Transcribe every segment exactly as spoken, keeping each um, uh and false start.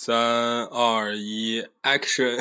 三二一 ，Action！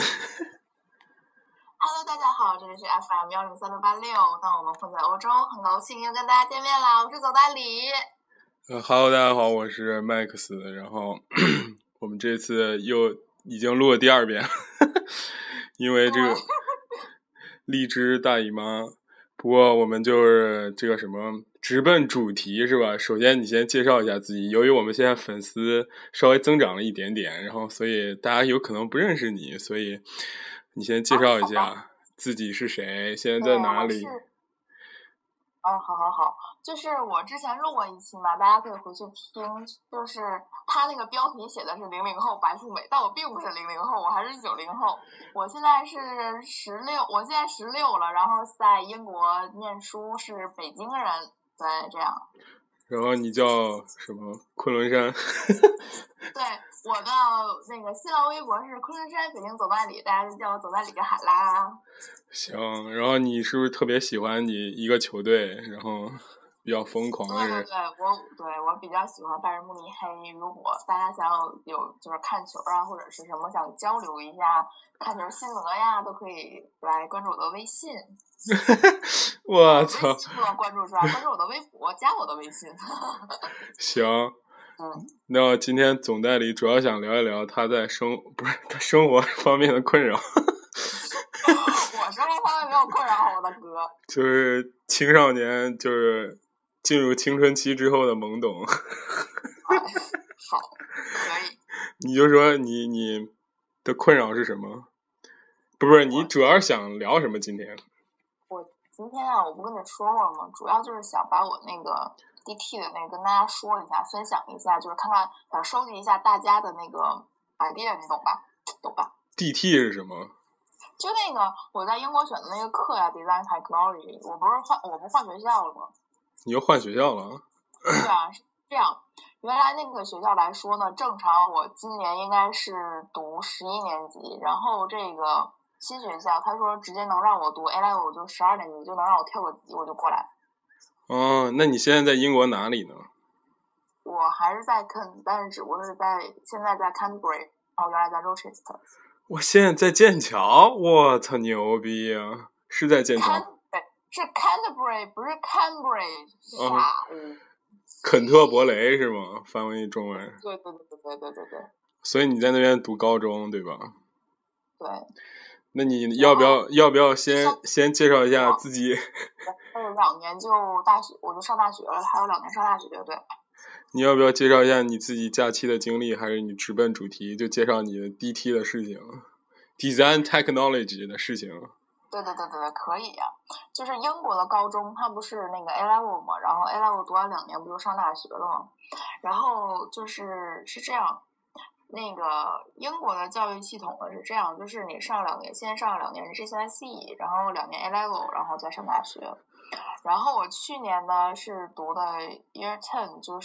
Hello， 大家好，这里是 F M 幺零三六八六。当我们混在欧洲，很高兴又跟大家见面啦！我是走大李。 呃，Hello， 大家好，我是 Max。然后我们这次又已经录了第二遍，因为这个荔枝大姨妈。不过我们就是这个什么直奔主题是吧？首先你先介绍一下自己，由于我们现在粉丝稍微增长了一点点，然后所以大家有可能不认识你，所以你先介绍一下自己是谁，现在在哪里？ 嗯，好好好，就是我之前录过一期嘛，大家可以回去听，就是他那个标题写的是零零后白富美，但我并不是零零后，我还是九零后，我现在是十六，我现在十六了，然后在英国念书，是北京人，对，这样。 然后你叫什么？昆仑山？ 对，我的那个新浪微博是昆仑山北京走大李，大家就叫我走大李跟海拉。 行，然后你是不是特别喜欢你一个球队，然后比较疯狂的人？ 对对对，我对我比较喜欢拜仁慕尼黑。如果大家想要有就是看球啊，或者是什么想交流一下看球心得呀，都可以来关注我的微信。 我操！ 微信不能关注是吧？关注我的微博，加我的微信。 行。 嗯。 那今天总代理主要想聊一聊他在生不是他生活方面的困扰。 我生活方面没有困扰，我的哥。 就是青少年，就是进入青春期之后的懵懂。 哎，好，可以。 你就说你你的困扰是什么？不是，你主要想聊什么今天？ 我今天啊，我不跟你说过了吗？主要就是想把我那个 D T 的那个跟大家说一下，分享一下，就是看看想收集一下大家的那个 idea， 你懂吧？懂吧 ？D T 是什么？ 就那个我在英国选的那个课呀 ，Design Technology， 我不是换我不换学校了吗？ 你又换学校了？ 对啊，是这样。原来那个学校来说呢，正常我今年应该是读十一年级，然后这个新学校他说直接能让我读 A level， 我就十二年级就能让我跳个级，我就过来。 哦，那你现在在英国哪里呢？ 我还是在肯，但是只不过是在现在在 Canterbury， 然后原来在 Rochester。 我现在在剑桥，我操牛逼啊！是在剑桥？ 对，是 Canterbury， 不是 Cambridge， 傻嗯。肯特伯雷是吗？翻译中文。 对对对对对对对。 所以你在那边读高中对吧？ 对。 那你要不要要不要先先介绍一下自己？ 还有两年就大学，我就上大学了，还有两年上大学，对。 你要不要介绍一下你自己假期的经历，还是你直奔主题就介绍你的 D T 的事情 ，Design Technology 的事情？ 对对对对对，可以呀、啊。就是英国的高中，它不是那个 A level 嘛，然后 A level 读完两年，不就上大学了吗？然后就是是这样，那个英国的教育系统呢是这样，就是你上两年，先上两年 G C S E， 然后两年 A level， 然后再上大学。然后我去年呢是读的 Year Ten， 就是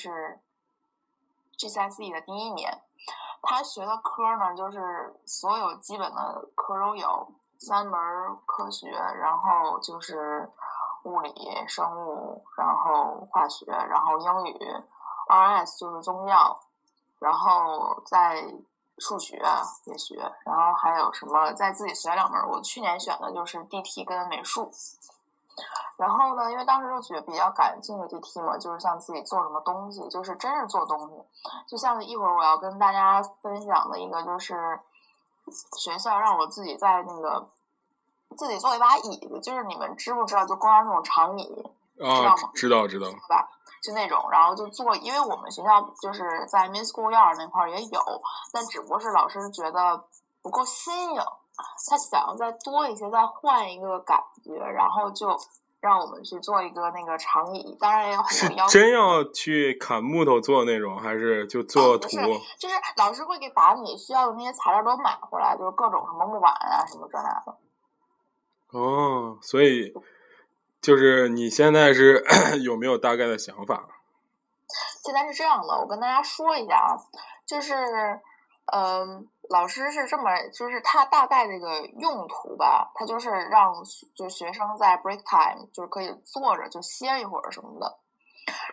G C S E 的第一年。他学的科呢，就是所有基本的科都有。三门科学，然后就是物理、生物，然后化学，然后英语 ，R S 就是宗教，然后在数学也学，然后还有什么再自己学两门。我去年选的就是 D T 跟美术。然后呢，因为当时就觉得比较感兴趣 D T 嘛，就是像自己做什么东西，就是真是做东西。就像一会儿我要跟大家分享的一个，就是学校让我自己在那个自己做一把椅子，就是你们知不知道？就公园那种长椅， 啊、 知道吗？ 知道知道， 对吧？就那种，然后就做，因为我们学校就是在 Mid School Yard 那块也有，但只不过是老师觉得不够新颖，他想要再多一些，再换一个感觉，然后就让我们去做一个那个长椅。当然也有很多要求。 真要去砍木头做那种，还是就做图？ 哦、是就是老师会给把你需要的那些材料都买回来，就是各种什么木板啊，什么这那的。 哦，所以就是你现在是有没有大概的想法？ 现在是这样的，我跟大家说一下啊，就是嗯、呃，老师是这么，就是他大概这个用途吧，他就是让就学生在 break time 就是可以坐着就歇一会儿什么的。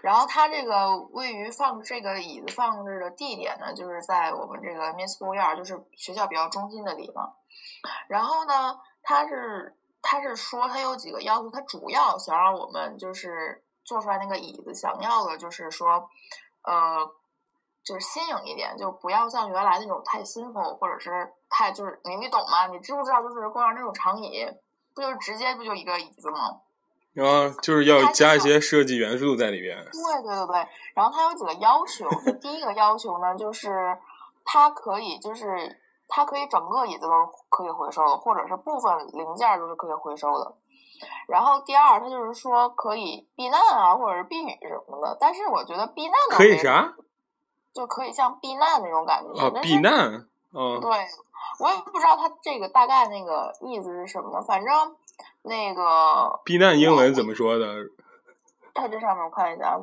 然后它这个位于放这个椅子放置的地点呢，就是在我们这个 Main School Yard，就是学校比较中心的地方。然后呢，它是它是说它有几个要求，它主要想让我们就是做出来那个椅子，想要的就是说，呃，就是新颖一点，就不要像原来那种太新风，或者是太就是你你懂吗？你知不知道？就是公园那种长椅，不就是直接不就一个椅子吗？ 然后就是要加一些设计元素在里边。 对对对对，然后它有几个要求，就第一个要求呢，就是它可以就是它可以整个椅子都可以回收的，或者是部分零件都是可以回收的。然后第二，它就是说可以避难啊，或者是避雨什么的。但是我觉得避难可以啥？ 就可以像避难那种感觉。 啊，避难。嗯。 对，我也不知道它这个大概那个意思是什么，反正那个避难英文怎么说的？ 它这上面我看一下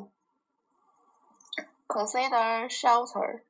，consider shelter。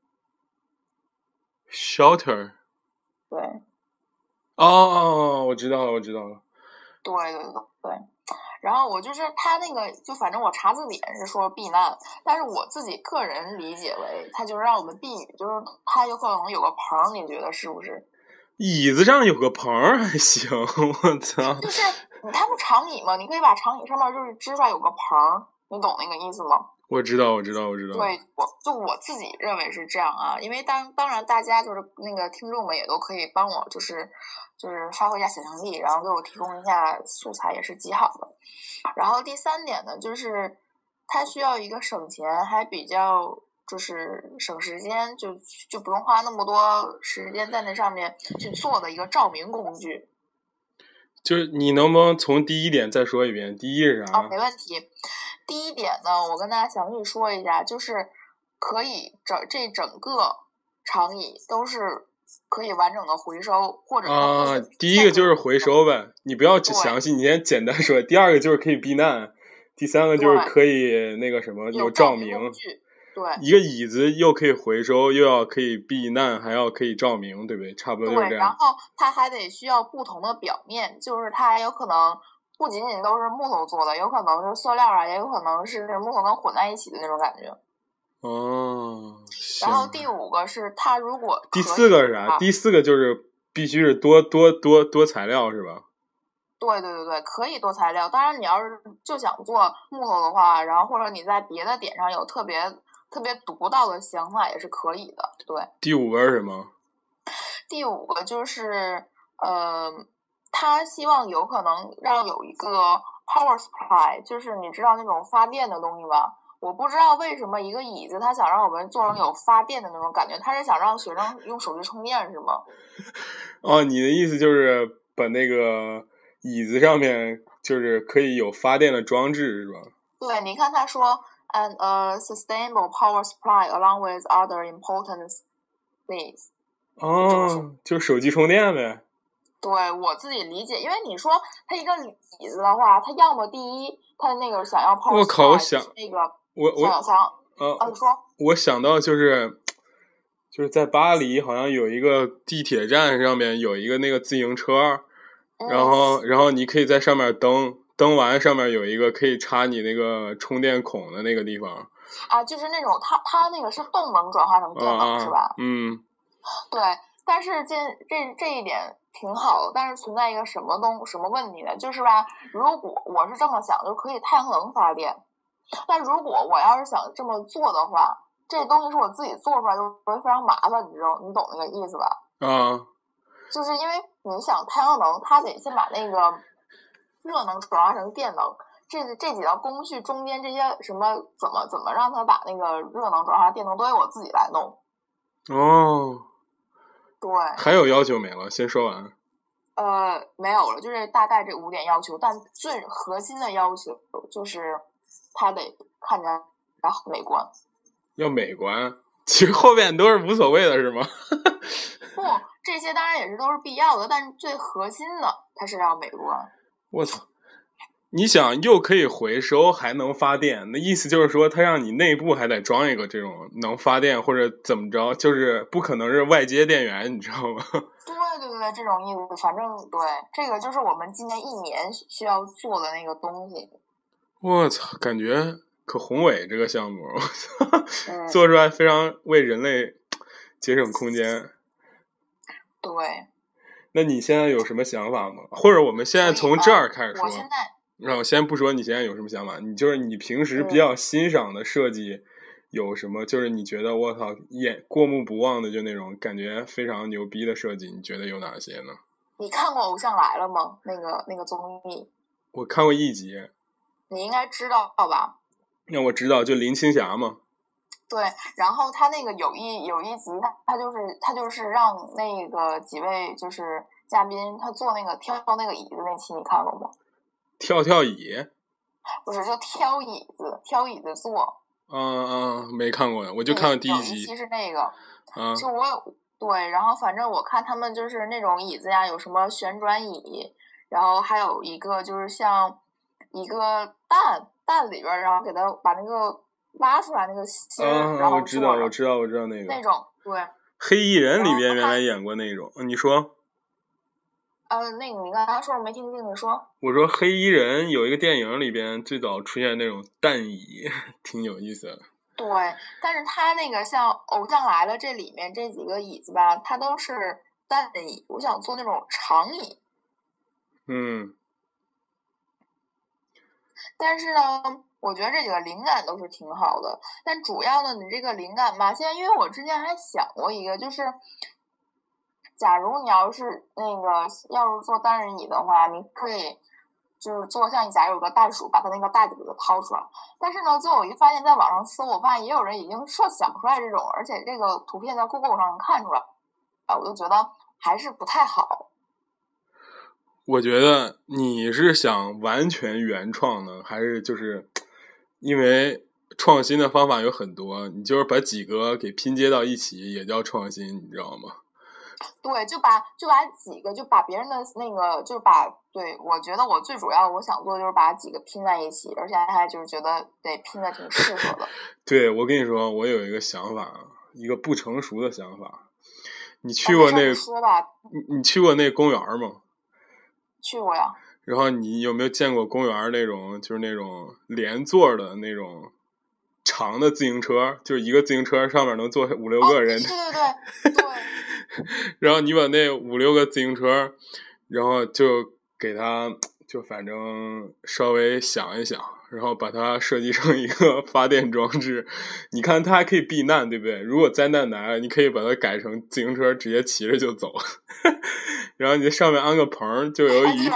shelter。 对。 哦哦，我知道了，我知道了。 对对对对，然后我就是他那个，就反正我查字典是说避难，但是我自己个人理解为，他就是让我们避雨，就是他有可能有个棚，你觉得是不是？ 椅子上有个棚还行，我操！ 就是它不长椅吗？你可以把长椅上面就是支出来有个棚，你懂那个意思吗？ 我知道，我知道，我知道。 对，我就我自己认为是这样啊，因为当当然大家就是那个听众们也都可以帮我，就是就是发挥一下想象力，然后给我提供一下素材，也是极好的。然后第三点呢，就是它需要一个省钱，还比较就是省时间，就就不用花那么多时间在那上面去做的一个照明工具。 就是你能不能从第一点再说一遍？第一是啥？ 啊，没问题。第一点呢，我跟大家详细说一下，就是可以整这整个长椅都是可以完整的回收，或者啊，第一个就是回收呗，你不要详细，你先简单说。第二个就是可以避难，第三个就是可以那个什么有照明。对， 一个椅子又可以回收，又要可以避难，还要可以照明，对不对？差不多就是这样。 对，然后它还得需要不同的表面，就是它还有可能不仅仅都是木头做的，有可能是塑料啊，也有可能是木头能混在一起的那种感觉。 哦。 然后第五个是它如果第四个是啥？第四个就是必须是多多多多材料是吧？ 对对对对，可以多材料。当然，你要是就想做木头的话，然后或者你在别的点上有特别特别独到的想法，也是可以的。对。 第五个是什么？ 第五个就是呃，他希望有可能让有一个 power supply， 就是你知道那种发电的东西吧？我不知道为什么一个椅子他想让我们做成有发电的那种感觉，他是想让学生用手机充电是吗？ 哦，你的意思就是把那个椅子上面就是可以有发电的装置是吧？ 对，你看他说 ，and a sustainable power supply along with other important things。 哦，就是手机充电呗。 对，我自己理解，因为你说它一个椅子的话，它要么第一，它那个想要 power supply， 我靠，我想那个我我想想呃、 啊，你说我想到就是就是在巴黎好像有一个地铁站上面有一个那个自行车， 嗯、 然后然后你可以在上面蹬，蹬完上面有一个可以插你那个充电孔的那个地方。 啊，就是那种它它那个是动能转化成电能、 啊、 是吧？ 嗯， 对，但是这这这一点挺好的，但是存在一个什么东什么问题呢？就是吧，如果我是这么想，就可以太阳能发电，但如果我要是想这么做的话，这东西是我自己做出来就会非常麻烦，你知道，你懂那个意思吧？ 啊， 就是因为你想太阳能，它得先把那个热能转化成电能，这这几道工序中间这些什么怎么怎么让它把那个热能转化成电能，都得我自己来弄。 哦， 对， 还有要求没了？先说完。 呃，没有了，就是大概这五点要求，但最核心的要求就是它得看起来美观。 要美观，其实后面都是无所谓的，是吗？ 不，这些当然也是都是必要的，但是最核心的它是要美观。 我操！你想又可以回收还能发电，那意思就是说它让你内部还得装一个这种能发电或者怎么着，就是不可能是外接电源，你知道吗？ 对对对，这种意思，反正对，这个就是我们今年一年需要做的那个东西。 我操，感觉可宏伟这个项目，做出来非常为人类节省空间。 对。 那你现在有什么想法吗？或者我们现在从这儿开始说。 我现在， 让我先不说你现在有什么想法，你就是你平时比较欣赏的设计有什么？嗯、就是你觉得我操眼过目不忘的，就那种感觉非常牛逼的设计，你觉得有哪些呢？ 你看过《偶像来了》吗？那个那个综艺？ 我看过一集。 你应该知道吧？ 那我知道，就林青霞嘛。 对，然后他那个有一有一集，他他就是他就是让那个几位就是嘉宾，他坐那个挑那个椅子那期，你看过吗？ 跳跳椅？ 不是，就挑椅子，挑椅子坐。 嗯嗯，没看过，我就看了第一集。 有一期是那个， 嗯， 就我有对，然后反正我看他们就是那种椅子呀，有什么旋转椅，然后还有一个就是像一个蛋蛋里边，然后给他把那个挖出来那个芯儿、 嗯， 然后我知道，我知道，我知道那个那种对。 黑衣人里边原来演过那种，你说？ 呃，那个你刚才说我没听清，你说？ 我说黑衣人有一个电影里边最早出现那种蛋椅，挺有意思的。 对，但是他那个像《偶像来了》这里面这几个椅子吧，它都是蛋椅，我想做那种长椅。 嗯。 但是呢，我觉得这几个灵感都是挺好的，但主要呢，你这个灵感吧，现在因为我之前还想过一个，就是假如你要是那个要是做单人椅的话，你可以就是做像假如有个袋鼠把它那个袋子给它掏出来，但是呢，最后我一发现在网上搜，我发现也有人已经设想出来这种，而且这个图片在 Google 上能看出来，啊，我就觉得还是不太好。 我觉得你是想完全原创呢，还是就是因为创新的方法有很多，你就是把几个给拼接到一起也叫创新，你知道吗？ 对，就把就把几个就把别人的那个就把对，我觉得我最主要我想做的就是把几个拼在一起，而且还就是觉得得拼的挺适合的。 对，我跟你说，我有一个想法，一个不成熟的想法。你去过那个？ 说吧。 你你去过那公园吗？ 去过呀。 然后你有没有见过公园那种就是那种连座的那种长的自行车，就是一个自行车上面能坐五六个人。 哦、对对对对。 然后你把那五六个自行车，然后就给它就反正稍微想一想，然后把它设计成一个发电装置。你看它还可以避难，对不对？如果灾难来了，你可以把它改成自行车，直接骑着就走。然后你在上面安个棚，就有雨。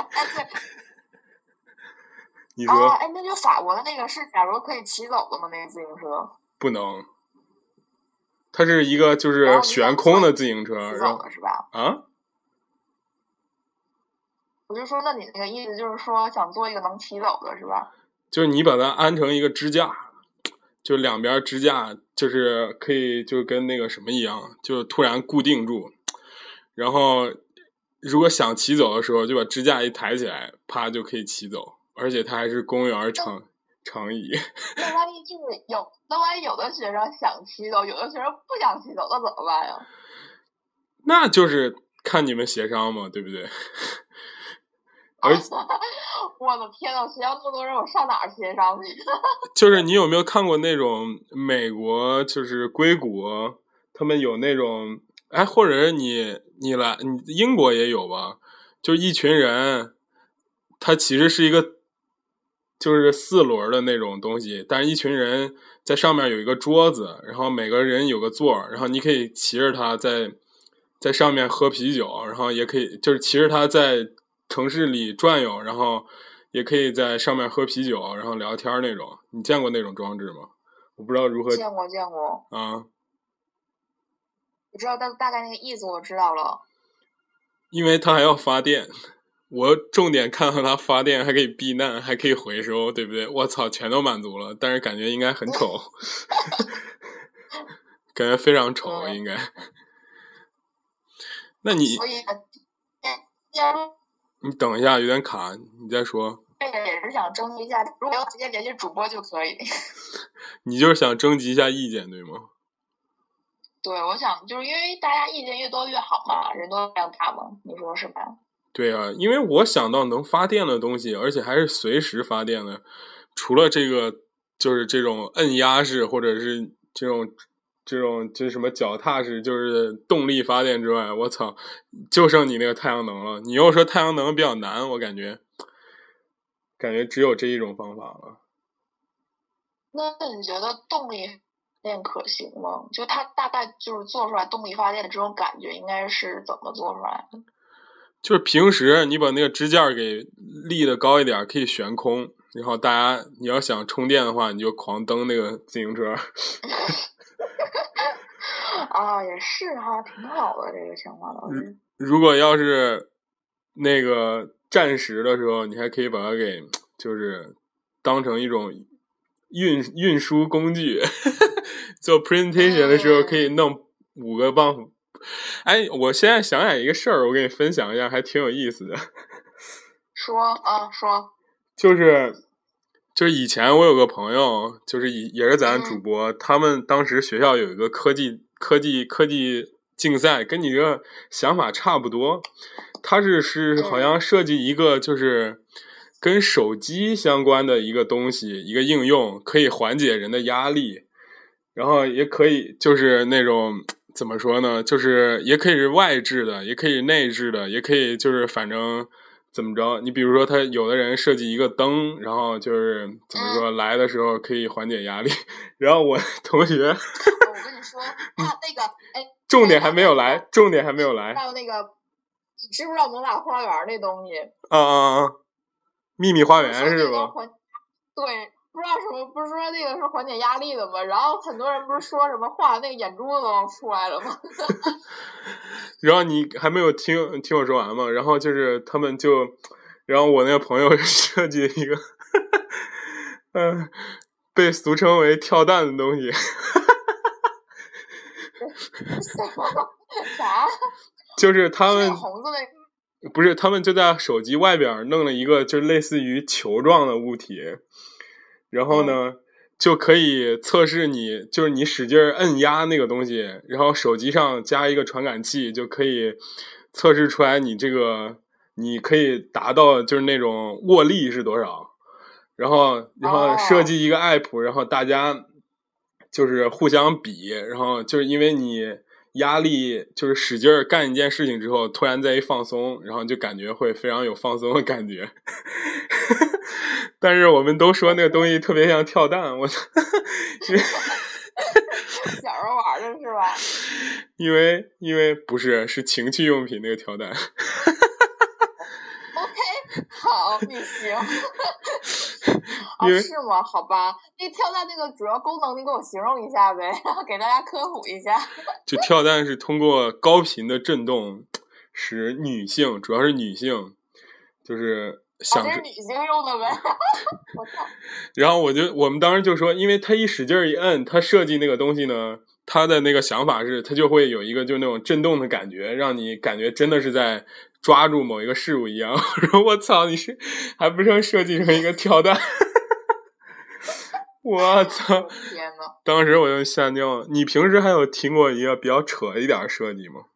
你说？ 啊，哎，那就法国的那个是假如可以骑走的吗？那个自行车？ 不能。它是一个就是悬空的自行车， 骑走的是吧？ 啊？ 我就说，那你那个意思就是说想做一个能骑走的是吧？ 就是你把它安成一个支架，就两边支架就是可以就跟那个什么一样，就突然固定住，然后如果想骑走的时候就把支架一抬起来，啪就可以骑走，而且它还是公园长长椅。 那万一就是有，那万一有的学生想骑走，有的学生不想骑走，那怎么办呀？ 那就是看你们协商嘛，对不对？而我的天呐，学校那么多人，我上哪儿协商去？ 就是你有没有看过那种美国，就是硅谷，他们有那种，哎，或者是你你来，你英国也有吧？就一群人，他其实是一个就是四轮的那种东西，但是一群人在上面有一个桌子，然后每个人有个座，然后你可以骑着它在在上面喝啤酒，然后也可以就是骑着它在城市里转悠，然后也可以在上面喝啤酒，然后聊天那种。你见过那种装置吗？我不知道如何。 见过见过啊。 我知道大大概那个意思，我知道了。 因为它还要发电，我重点看到它发电，还可以避难，还可以回收，对不对？我操，全都满足了，但是感觉应该很丑，感觉非常丑，嗯、应该。那你，你等一下，有点卡，你再说。 这个也是想征集一下，如果要直接联系主播就可以。 你就是想征集一下意见，对吗？ 对，我想就是因为大家意见越多越好嘛，人多量大嘛，你说是吧？ 对啊，因为我想到能发电的东西，而且还是随时发电的，除了这个就是这种摁压式或者是这种这种就是什么脚踏式就是动力发电之外，我操，就剩你那个太阳能了。你又说太阳能比较难，我感觉感觉只有这一种方法了。 那你觉得动力发电可行吗？就它大概就是做出来动力发电的这种感觉应该是怎么做出来的？ 就是平时你把那个支架给立得高一点，可以悬空，然后大家你要想充电的话，你就狂蹬那个自行车。 啊，也是哈，挺好的这个情况倒是。 如果要是那个战时的时候，你还可以把它给就是当成一种运运输工具，做 presentation 的时候可以弄五个棒。哎，我现在想起来一个事儿，我给你分享一下，还挺有意思的。 说啊，说。 就是就是以前我有个朋友，就是也是咱主播，嗯、他们当时学校有一个科技科技科技竞赛，跟你这个想法差不多。他是是好像设计一个就是跟手机相关的一个东西，一个应用，可以缓解人的压力，然后也可以就是那种。怎么说呢？就是也可以是外置的，也可以内置的，也可以就是反正怎么着。你比如说，他有的人设计一个灯，然后就是怎么说、嗯、来的时候可以缓解压力。然后我同学， 我跟你说，他那个哎， 重点还没有来，重点还没有来。 还有那个，你知不知道魔法花园那东西？ 啊啊啊！秘密花园是吧？ 对。不知道什么，不是说那个是缓解压力的吗？然后很多人不是说什么画那个眼珠子都出来了吗？ 然后你还没有听听我说完吗？然后就是他们就，然后我那个朋友设计一个，嗯、呃，被俗称为跳蛋的东西。 啥？ 就是他们红色那不是他们就在手机外边弄了一个，就类似于球状的物体。然后呢，就可以测试你，就是你使劲摁压那个东西，然后手机上加一个传感器，就可以测试出来你这个，你可以达到就是那种握力是多少。然后，然后设计一个 app， 然后大家就是互相比，然后就是因为你压力就是使劲干一件事情之后，突然再一放松，然后就感觉会非常有放松的感觉。但是我们都说那个东西特别像跳蛋，我操！ 小时候玩的是吧？ 因为因为不是是情趣用品那个跳蛋。 OK， 好，你行。哦，是吗？好吧，那跳蛋那个主要功能你给我形容一下呗，然后给大家科普一下。 就跳蛋是通过高频的震动，使女性，主要是女性，就是享受。 啊，这是女性用的呗。我操！ 然后我就我们当时就说，因为他一使劲一摁，他设计那个东西呢，他的那个想法是，他就会有一个就那种震动的感觉，让你感觉真的是在抓住某一个事物一样。然后我操，你是还不是设计成一个跳蛋？我操！ 天呐， 当时我就吓尿了。你平时还有听过一个比较扯一点的设计吗？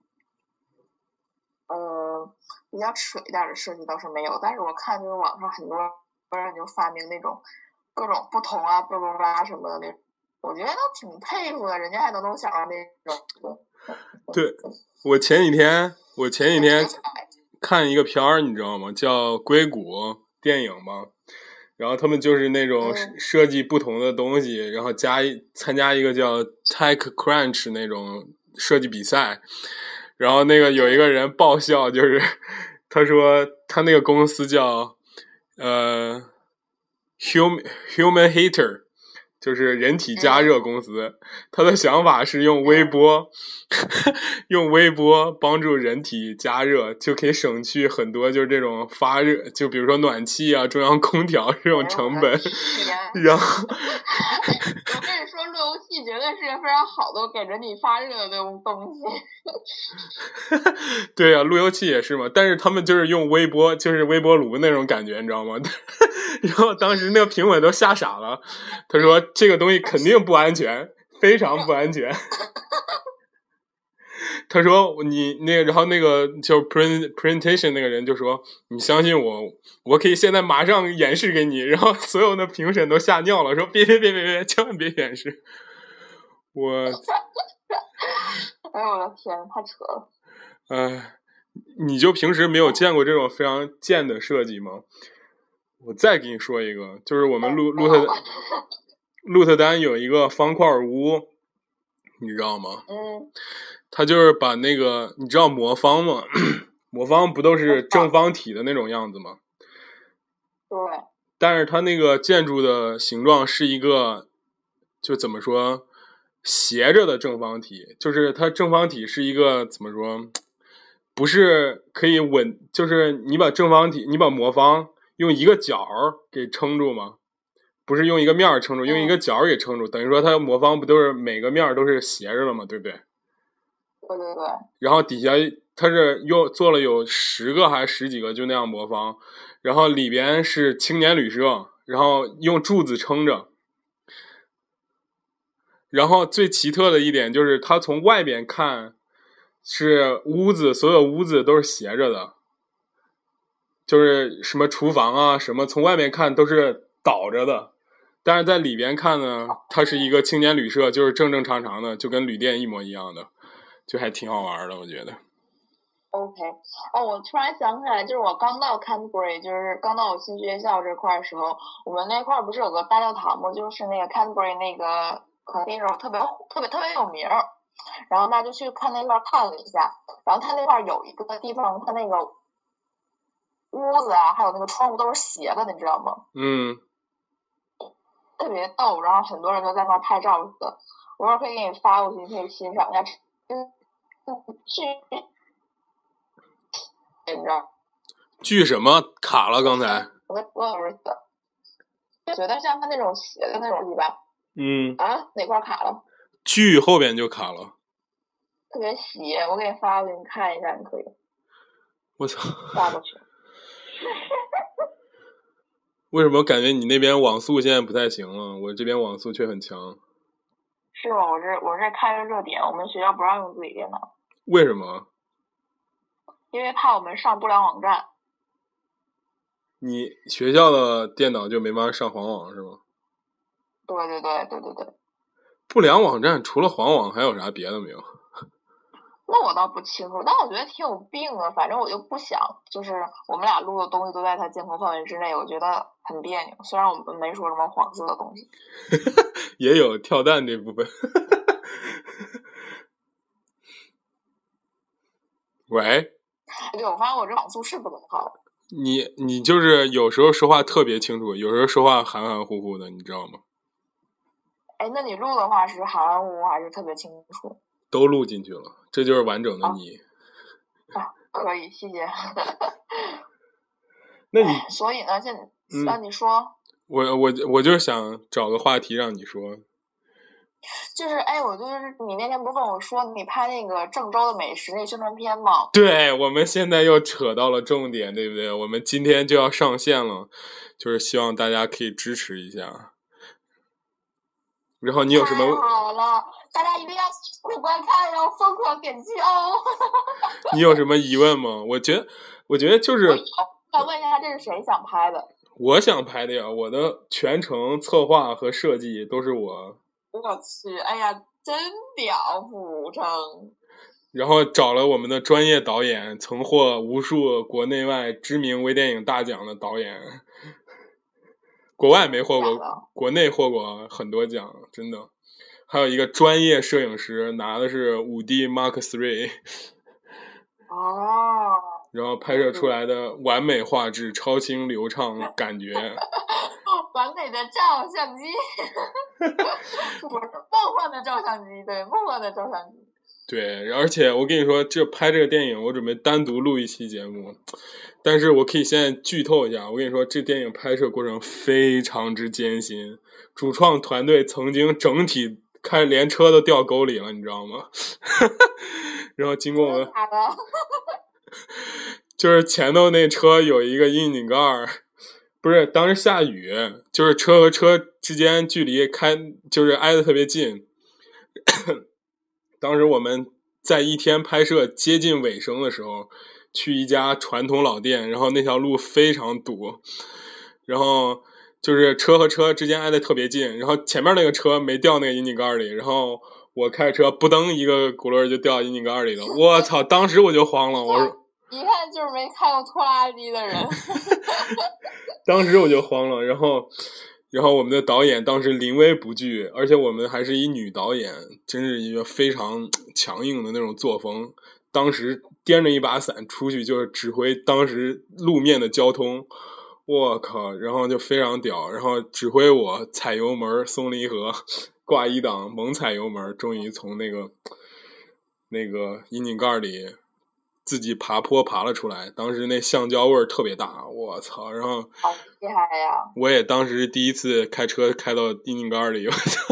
呃，比较扯一点的设计倒是没有，但是我看就是网上很多人就发明那种各种不同啊、叭叭叭什么的那种，我觉得都挺佩服的，人家还能能想到那种。 对，我前几天我前几天看一个片儿，你知道吗？叫《硅谷》电影嘛。然后他们就是那种设计不同的东西，嗯、然后加参加一个叫 TechCrunch 那种设计比赛。然后那个有一个人爆笑，就是他说他那个公司叫呃 Human Human Heater， 就是人体加热公司。他的想法是用微波用微波帮助人体加热，就可以省去很多就是这种发热，就比如说暖气啊、中央空调这种成本。然后我跟你说，路由器绝对是个非常好的给人体发热的那种东西。 对啊，路由器也是嘛，但是他们就是用微波，就是微波炉那种感觉，你知道吗？然后当时那个评委都吓傻了，他说这个东西肯定不安全，非常不安全。 他说你那然后那个就 present presentation 那个人就说你相信我，我可以现在马上演示给你，然后所有的评审都吓尿了，说别别别别别，千万别演示。我， 哎呦我的天，太扯了！ 哎，你就平时没有见过这种非常贱的设计吗？我再给你说一个，就是我们鹿鹿特鹿特丹有一个方块屋，你知道吗？ 嗯， 他就是把那个，你知道魔方吗？魔方不都是正方体的那种样子吗？ 对。 但是它那个建筑的形状是一个，就怎么说，斜着的正方体，就是它正方体是一个怎么说，不是可以稳，就是你把正方体，你把魔方用一个角给撑住吗？不是用一个面撑住，用一个角给撑住，等于说它魔方不都是每个面都是斜着的吗？对不对？ 对对对。 然后底下它是又做了有十个还是十几个就那样魔方，然后里边是青年旅社，然后用柱子撑着。然后最奇特的一点就是它从外边看是屋子，所有屋子都是斜着的，就是什么厨房啊什么从外面看都是倒着的，但是在里边看呢，它是一个青年旅社，就是正正常常的，就跟旅店一模一样的，就还挺好玩的，我觉得。 OK， 哦，我突然想起来，就是我刚到 Canterbury， 就是刚到我新学校这块的时候，我们那块不是有个大教堂吗？就是那个 Canterbury 那个 cathedral 特别特别特别有名，然后那就去看那块看了一下，然后它那块有一个地方，它那个屋子啊，还有那个窗户都是斜的，你知道吗？ 嗯， 特别逗，然后很多人都在那拍照的，我说可以给你发过去，你可以欣赏一下。嗯，去。你知道剧什么卡了？刚才我我儿子觉得像他那种斜的那种地吧。 嗯啊，哪块卡了？ 剧后边就卡了， 特别斜，我给你发过去，你看一下，你可以。 我操！ 发过去。 为什么感觉你那边网速现在不太行了？我这边网速却很强。 是吗？我这我这开着热点，我们学校不让用自己电脑。 为什么？ 因为怕我们上不良网站。 你学校的电脑就没法上黄网是吗？ 对对对对对对。 不良网站除了黄网还有啥别的没有？ 那我倒不清楚，但我觉得挺有病的。反正我就不想，就是我们俩录的东西都在它监控范围之内，我觉得很别扭。虽然我们没说什么黄色的东西。 也有跳蛋这部分。喂。 对，我发现我这网速是不怎么好。 你你就是有时候说话特别清楚，有时候说话含含糊糊的，你知道吗？ 哎，那你录的话是含含糊糊还是特别清楚？ 都录进去了，这就是完整的你。 啊，啊可以，谢谢。 那你所以呢，现在那、 嗯、 你说， 我我我就是想找个话题让你说。 就是哎，我就是你那天不是跟我说你拍那个郑州的美食那宣传片吗？ 对，我们现在又扯到了重点，对不对？我们今天就要上线了，就是希望大家可以支持一下。然后你有什么？ 太好了，大家一定要快观看，然后疯狂点击哦。 你有什么疑问吗？我觉得，我觉得就是。 想问一下，这是谁想拍的？ 我想拍的呀，我的全程策划和设计都是我。 我去，哎呀，真屌，不成。 然后找了我们的专业导演，曾获无数国内外知名微电影大奖的导演，国外没获过，国内获过很多奖，真的。还有一个专业摄影师，拿的是五 D Mark 三。 哦。 然后拍摄出来的完美画质、超清流畅感觉。 完美的照相机。不是梦幻的照相机，对，梦幻的照相机。 对，而且我跟你说，这拍这个电影，我准备单独录一期节目，但是我可以现在剧透一下，我跟你说，这电影拍摄过程非常之艰辛，主创团队曾经整体开连车都掉沟里了，你知道吗？然后经过我们，就是前头那车有一个窨井盖儿，不是当时下雨，就是车和车之间距离开就是挨得特别近。当时我们在一天拍摄接近尾声的时候，去一家传统老店，然后那条路非常堵，然后就是车和车之间挨得特别近，然后前面那个车没掉那个引擎盖里，然后我开车扑噔一个轱辘就掉引擎盖里了，我操！当时我就慌了，我说一看就是没开过拖拉机的人。 当时我就慌了，然后然后我们的导演当时临危不惧，而且我们还是一女导演，真是一个非常强硬的那种作风，当时掂着一把伞出去就是指挥当时路面的交通，我靠，然后就非常屌，然后指挥我踩油门松离合挂一档猛踩油门，终于从那个那个引擎盖里自己爬坡爬了出来，当时那橡胶味儿特别大，我操！然后好厉害呀！ 我也当时第一次开车开到引擎盖里，我操！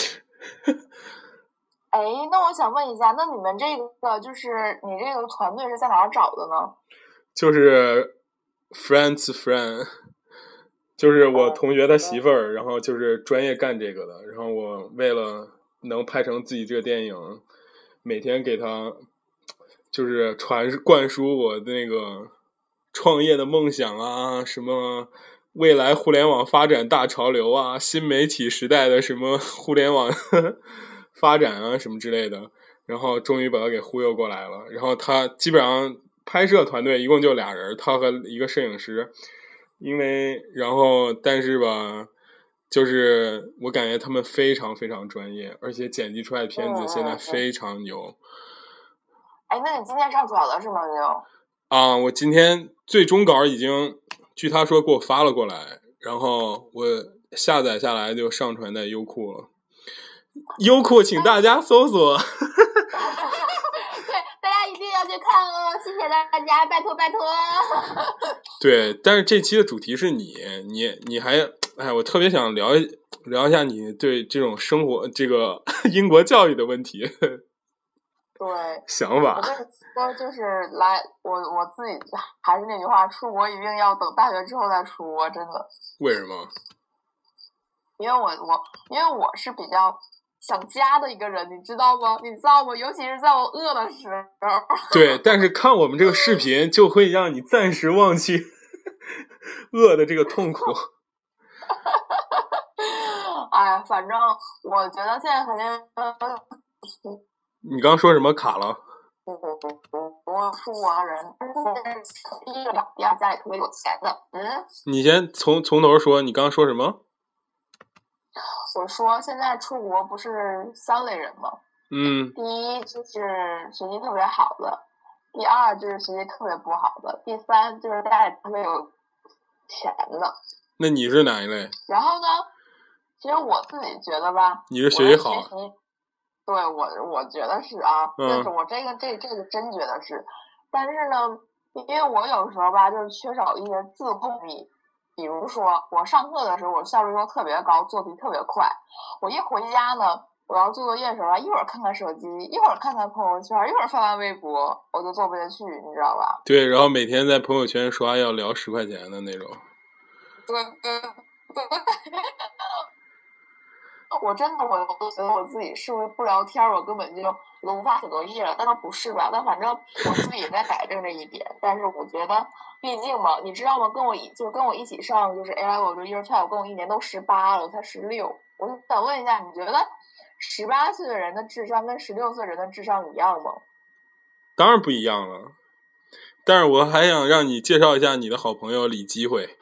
哎，那我想问一下，那你们这个就是你这个团队是在哪儿找的呢？ 就是 friends friend， 就是我同学他媳妇儿，然后就是专业干这个的，然后我为了能拍成自己这个电影，每天给他就是传灌输我那个创业的梦想啊，什么未来互联网发展大潮流啊，新媒体时代的什么互联网呵呵发展啊什么之类的，然后终于把他给忽悠过来了。然后他基本上拍摄团队一共就俩人，他和一个摄影师，因为然后但是吧，就是我感觉他们非常非常专业，而且剪辑出来的片子现在非常牛。 哎，那你今天上传了是吗？就啊，我今天最终稿已经据他说给我发了过来，然后我下载下来就上传在优酷了。优酷请大家搜索。对， 大家一定要去看哦，谢谢大家，拜托拜托。 对，但是这期的主题是你，你你还哎，我特别想聊聊一下你对这种生活这个英国教育的问题。 对， 想法。 我跟你说，就是来，我我自己还是那句话，出国一定要等大学之后再出国，真的。 为什么？ 因为我我因为我是比较想家的一个人，你知道吗？你知道吗？尤其是在我饿的时候。 对，但是看我们这个视频，就会让你暂时忘记饿的这个痛苦。 哎，反正我觉得现在肯定。 你刚说什么卡了？ 我出国的人，第一个第二家里特别有钱的。嗯， 你先从从头说，你刚刚说什么？ 我说现在出国不是三类人吗？ 嗯。 第一就是学习特别好的，第二就是学习特别不好的，第三就是家里特别有钱的。 那你是哪一类？ 然后呢，其实我自己觉得吧， 你是学习好。 对，我我觉得是啊， 嗯、 但是我这个这这个真觉得是，但是呢，因为我有时候吧，就是缺少一些自控力。比如说，我上课的时候，我效率都特别高，做题特别快。我一回家呢，我要做作业的时候，一会儿看看手机，一会儿看看朋友圈，一会儿翻翻微博，我就做不下去，你知道吧？ 对，然后每天在朋友圈刷要聊十块钱的那种。 对对对。我真的，我都觉得我自己是不是不聊天，我根本就我都无法写作业了。但是不是吧？但反正我自己也在改正这一点。但是我觉得，毕竟嘛，你知道吗？跟我一就是跟我一起上就是 A level 就 year twelve，跟我一年都十八了，我才十六。我就想问一下，你觉得十八岁的人的智商跟十六岁人的智商一样吗？ 当然不一样了。但是我还想让你介绍一下你的好朋友李基慧。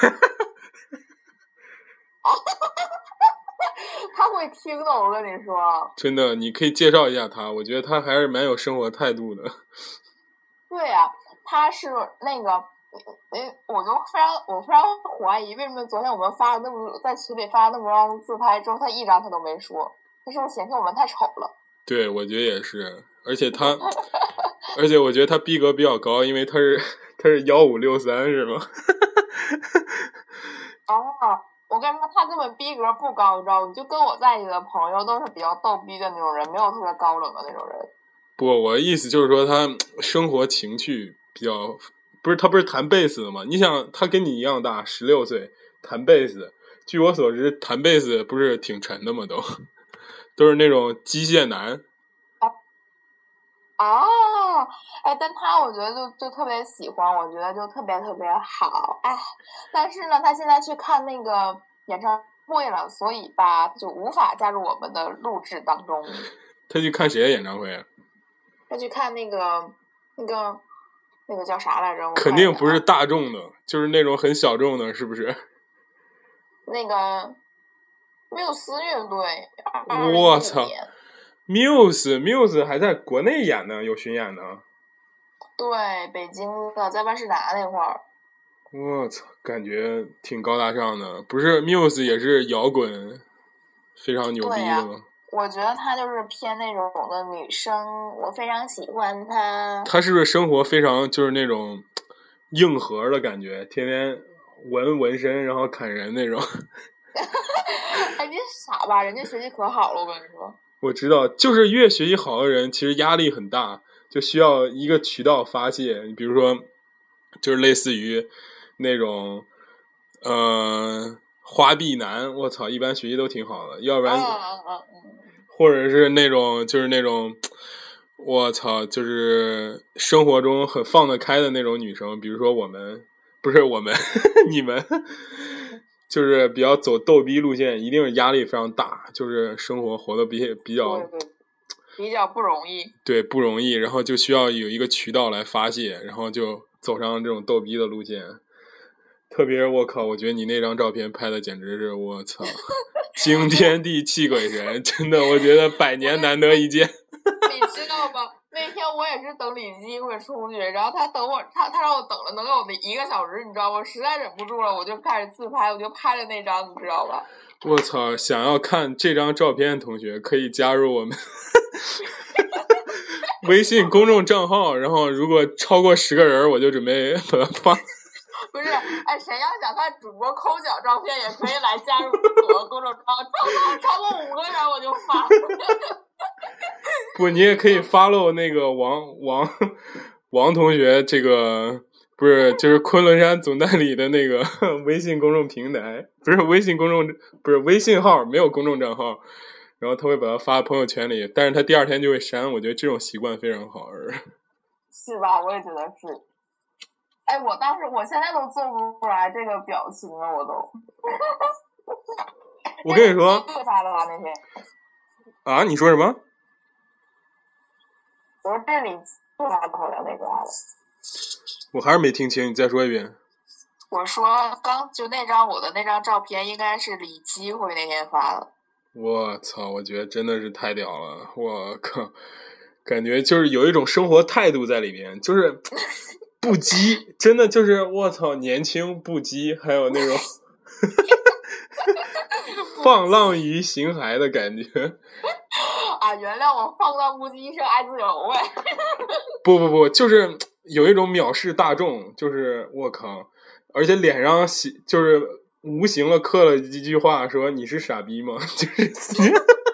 他会听的，我跟你说。 真的，你可以介绍一下他，我觉得他还是蛮有生活态度的。 对呀、啊，他是那个，哎，我就非常，我非常怀疑，为什么昨天我们发了那么在群里发了那么张自拍之后，他一张他都没说，他是不是嫌弃我们太丑了？ 对，我觉得也是，而且他，而且我觉得他逼格比较高，因为他是他是幺五六三是吗？ 哦。我跟你说，他根本逼格不高，你知道吗？就跟我在一起的朋友都是比较逗逼的那种人，没有特别高冷的那种人。 不，我的意思就是说他生活情趣比较，不是他不是弹贝斯的吗？你想他跟你一样大，十六岁弹贝斯，据我所知，弹贝斯不是挺沉的吗？都都是那种机械男。 哦，哎，但他我觉得就就特别喜欢，我觉得就特别特别好，哎，但是呢，他现在去看那个演唱会了，所以吧，就无法加入我们的录制当中。 他去看谁的演唱会啊？ 他去看那个那个那个叫啥来着？ 肯定不是大众的，就是那种很小众的，是不是？ 那个缪斯乐队。 我操 ！Muse Muse 还在国内演呢，有巡演呢。 对，北京的，在万事达那块儿。 我操，感觉挺高大上的。不是 Muse 也是摇滚，非常牛逼的吗？ 我觉得她就是偏那种的女生，我非常喜欢她。 她是不是生活非常就是那种硬核的感觉，天天纹纹身然后砍人那种？ 哎，你傻吧？人家学习可好了，我跟你说。 我知道，就是越学习好的人，其实压力很大，就需要一个渠道发泄。比如说，就是类似于那种呃花臂男，我操，一般学习都挺好的，要不然， 嗯嗯嗯嗯， 或者是那种就是那种，我操，就是生活中很放得开的那种女生，比如说我们，不是我们，你们。就是比较走逗逼路线，一定是压力非常大，就是生活活得比比较对对比较不容易， 对不容易，然后就需要有一个渠道来发泄，然后就走上这种逗逼的路线。特别我靠，我觉得你那张照片拍的简直是我操，惊天地泣鬼神，真的，我觉得百年难得一见。 你知道吗？那天我也是等李基会出去，然后他等我，他他让我等了能有一个小时，你知道吗？我实在忍不住了，我就开始自拍，我就拍了那张，你知道吧？ 我操！想要看这张照片的同学可以加入我们微信公众账号，然后如果超过十个人，我就准备把它发。 不是，哎，谁要想看主播抠脚照片，也可以来加入我的公众账号，超超过五个人我就发。 不，你也可以 follow 那个王王王同学，这个不是就是昆仑山总代理的那个微信公众平台，不是微信公众，不是微信号，没有公众账号，然后他会把它发朋友圈里，但是他第二天就会删，我觉得这种习惯非常好。 是吧？我也觉得是。哎，我当时，我现在都做不出来这个表情了，我都。 我跟你说， 发的吧那天。 啊，你说什么？ 我说这里发的好像那个发的。 我还是没听清，你再说一遍。 我说刚就那张我的那张照片，应该是李基会那天发的。 我操！我觉得真的是太屌了，我靠！感觉就是有一种生活态度在里面，就是不羁，真的就是我操，年轻不羁，还有那种放浪于形骸的感觉。 啊，原谅我放荡不羁生爱自由呗。 不不不，就是有一种藐视大众，就是我靠，而且脸上写就是无形的刻了一句话，说你是傻逼吗？就是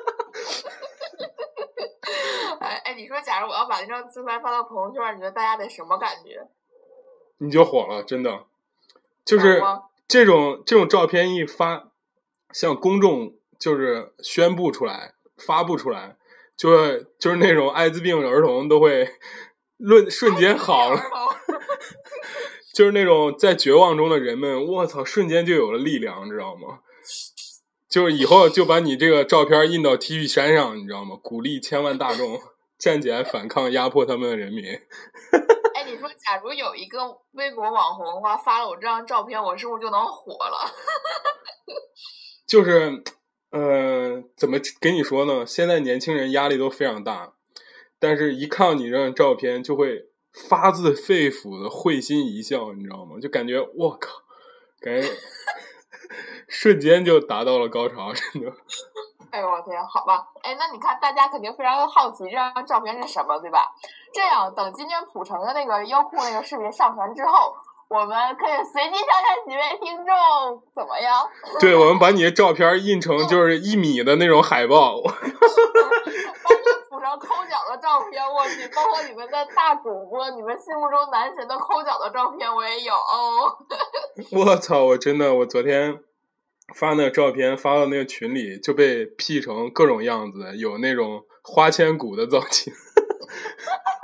哎哎，你说假如我要把那张自拍发到朋友圈，你觉得大家得什么感觉？ 你就火了，真的，就是这种这种照片一发，向公众就是宣布出来、发布出来，就就是那种艾滋病的儿童都会论瞬间好了，就是那种在绝望中的人们，我操，瞬间就有了力量，知道吗？就是以后就把你这个照片印到 T 恤衫上，你知道吗？鼓励千万大众站起来反抗压迫他们的人民。 哎，你说，假如有一个微博网红的话，发了我这张照片，我是不是就能火了？ 就是，呃，怎么跟你说呢？现在年轻人压力都非常大，但是一看你这张照片，就会发自肺腑的会心一笑，你知道吗？就感觉我靠，感觉瞬间就达到了高潮，真的。 哎呦我天，好吧，哎，那你看，大家肯定非常好奇这张照片是什么，对吧？这样，等今天普成的那个优酷那个视频上传之后，我们可以随机挑选几位听众，怎么样？ 对，我们把你的照片印成就是一米的那种海报。 把你普成抠脚的照片，我去，包括你们的大主播，你们心目中男神的抠脚的照片，我也有哦。 我操！我真的，我昨天发那个照片发到那个群里，就被 P 成各种样子，有那种花千骨的造型。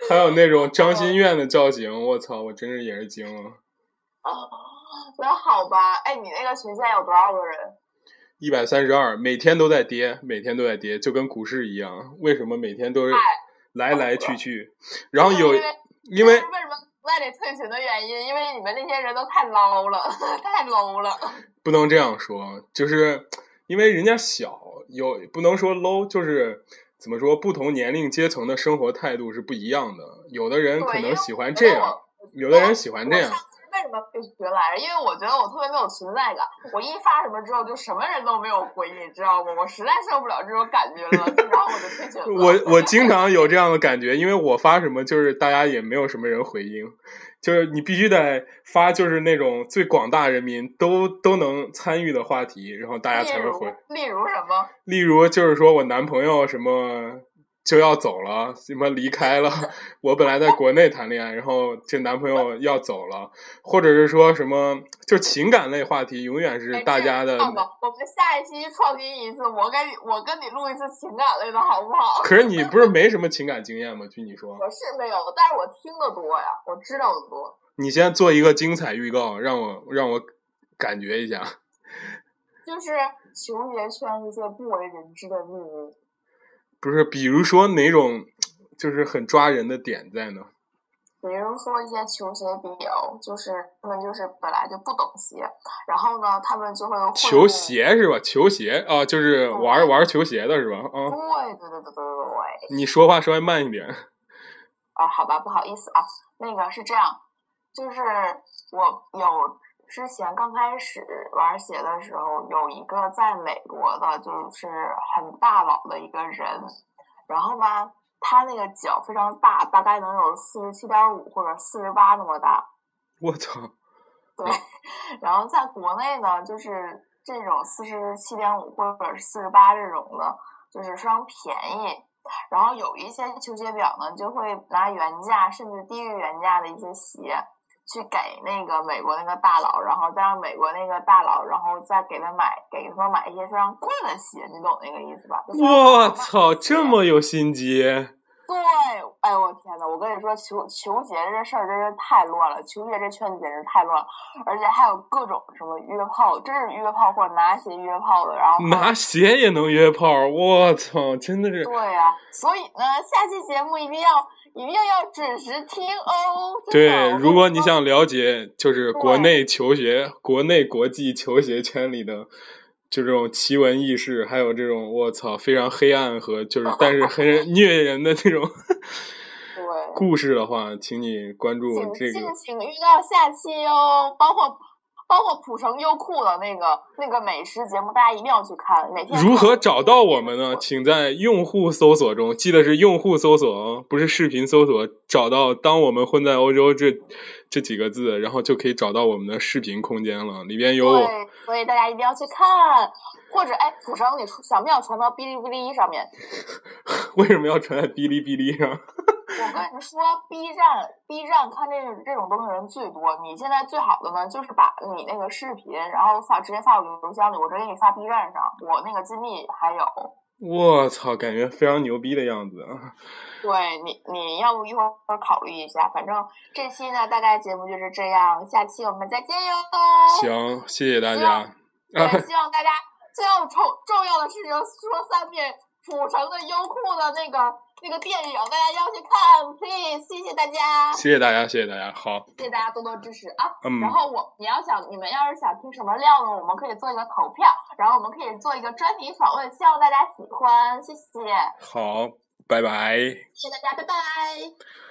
还有那种张馨苑的造型，我操，我真是也是惊了。 啊，那好吧，哎，你那个群现在有多少个人？ 一百三十二，每天都在跌，每天都在跌，就跟股市一样。为什么每天都是来来去去？然后有，因为因为为什么在得退群的原因，因为你们那些人都太 low 了，太 low 了。 不能这样说，就是因为人家小，有不能说 low，就是怎么说，不同年龄阶层的生活态度是不一样的。有的人可能喜欢这样，有的人喜欢这样。 为什么退群来着？因为我觉得我特别没有存在感，我一发什么之后就什么人都没有回，你知道吗？我实在受不了这种感觉了，然后我就退群了。 我我经常有这样的感觉，因为我发什么就是大家也没有什么人回应，就是你必须得发就是那种最广大人民都都能参与的话题，然后大家才会回。 例如，例如什么？ 例如就是说我男朋友什么就要走了，什么离开了，我本来在国内谈恋爱，然后这男朋友要走了，或者是说什么就情感类话题永远是大家的。 我们下一期创新一次，我跟你我跟你录一次情感类的好不好？ 可是你不是没什么情感经验吗？据你说。 我是没有，但是我听得多呀，我知道的多。 你先做一个精彩预告，让我让我感觉一下。 就是球鞋圈一些不为人知的秘密。 不是，比如说哪种就是很抓人的点在呢？ 比如说一些球鞋笔友，就是他们就是本来就不懂鞋，然后呢，他们就会球鞋是吧？球鞋啊，就是玩玩球鞋的是吧？啊， 对对对对对对。 你说话稍微慢一点。 啊，好吧，不好意思啊，那个是这样，就是我有。之前刚开始玩鞋的时候，有一个在美国的，就是很大佬的一个人，然后吧，他那个脚非常大，大概能有四十七点五或者四十八那么大。 我操！ 对，然后在国内呢，就是这种四十七点五或者四十八这种的，就是非常便宜。然后有一些球鞋表呢，就会拿原价甚至低于原价的一些鞋。去给那个美国那个大佬，然后再让美国那个大佬，然后再给他买，给他们买一些非常贵的鞋，你懂那个意思吧？ 我操，这么有心机！ 对，哎我天哪！我跟你说，球球鞋这事儿真是太乱了，球鞋这圈子简直太乱了，而且还有各种什么约炮，真是约炮或者拿鞋约炮的，然后拿鞋也能约炮，我操，真的是。 对呀、啊，所以呢，下期节目一定要。一定要准时听哦！ 对，如果你想了解就是国内球鞋、国内国际球鞋圈里的就这种奇闻异事，还有这种我操非常黑暗和就是但是很虐人的这种对故事的话，请你关注这个。 敬请预告下期哦，包括。包括普城优酷的那个那个美食节目，大家一定要去看。每天如何找到我们呢？请在用户搜索中，记得是用户搜索，不是视频搜索。找到“当我们混在欧洲”这这几个字，然后就可以找到我们的视频空间了。里边有我， 对，所以大家一定要去看。或者，哎，普城，你想不想传到哔哩哔哩上面？ 为什么要传在哔哩哔哩上？ 我跟你说 ，B 站 B 站看这这种东西人最多。你现在最好的呢，就是把你那个视频，然后发直接发我邮箱里，我直接给你发 B 站上。我那个金币还有。 我操，感觉非常牛逼的样子啊！ 对你，你要不一会儿考虑一下。反正这期呢，大概节目就是这样，下期我们再见哟。 行，谢谢大家。 对，希望大家最后重重要的事情说三遍。普城的优酷的那个那个电影，大家要去看 ，please， 谢谢大家， 谢谢大家，谢谢大家，好， 谢谢大家多多支持啊。 嗯， 然后我，你要想，你们要是想听什么料呢，我们可以做一个投票，然后我们可以做一个专题访问，希望大家喜欢，谢谢。 好，拜拜。 谢谢大家，拜拜。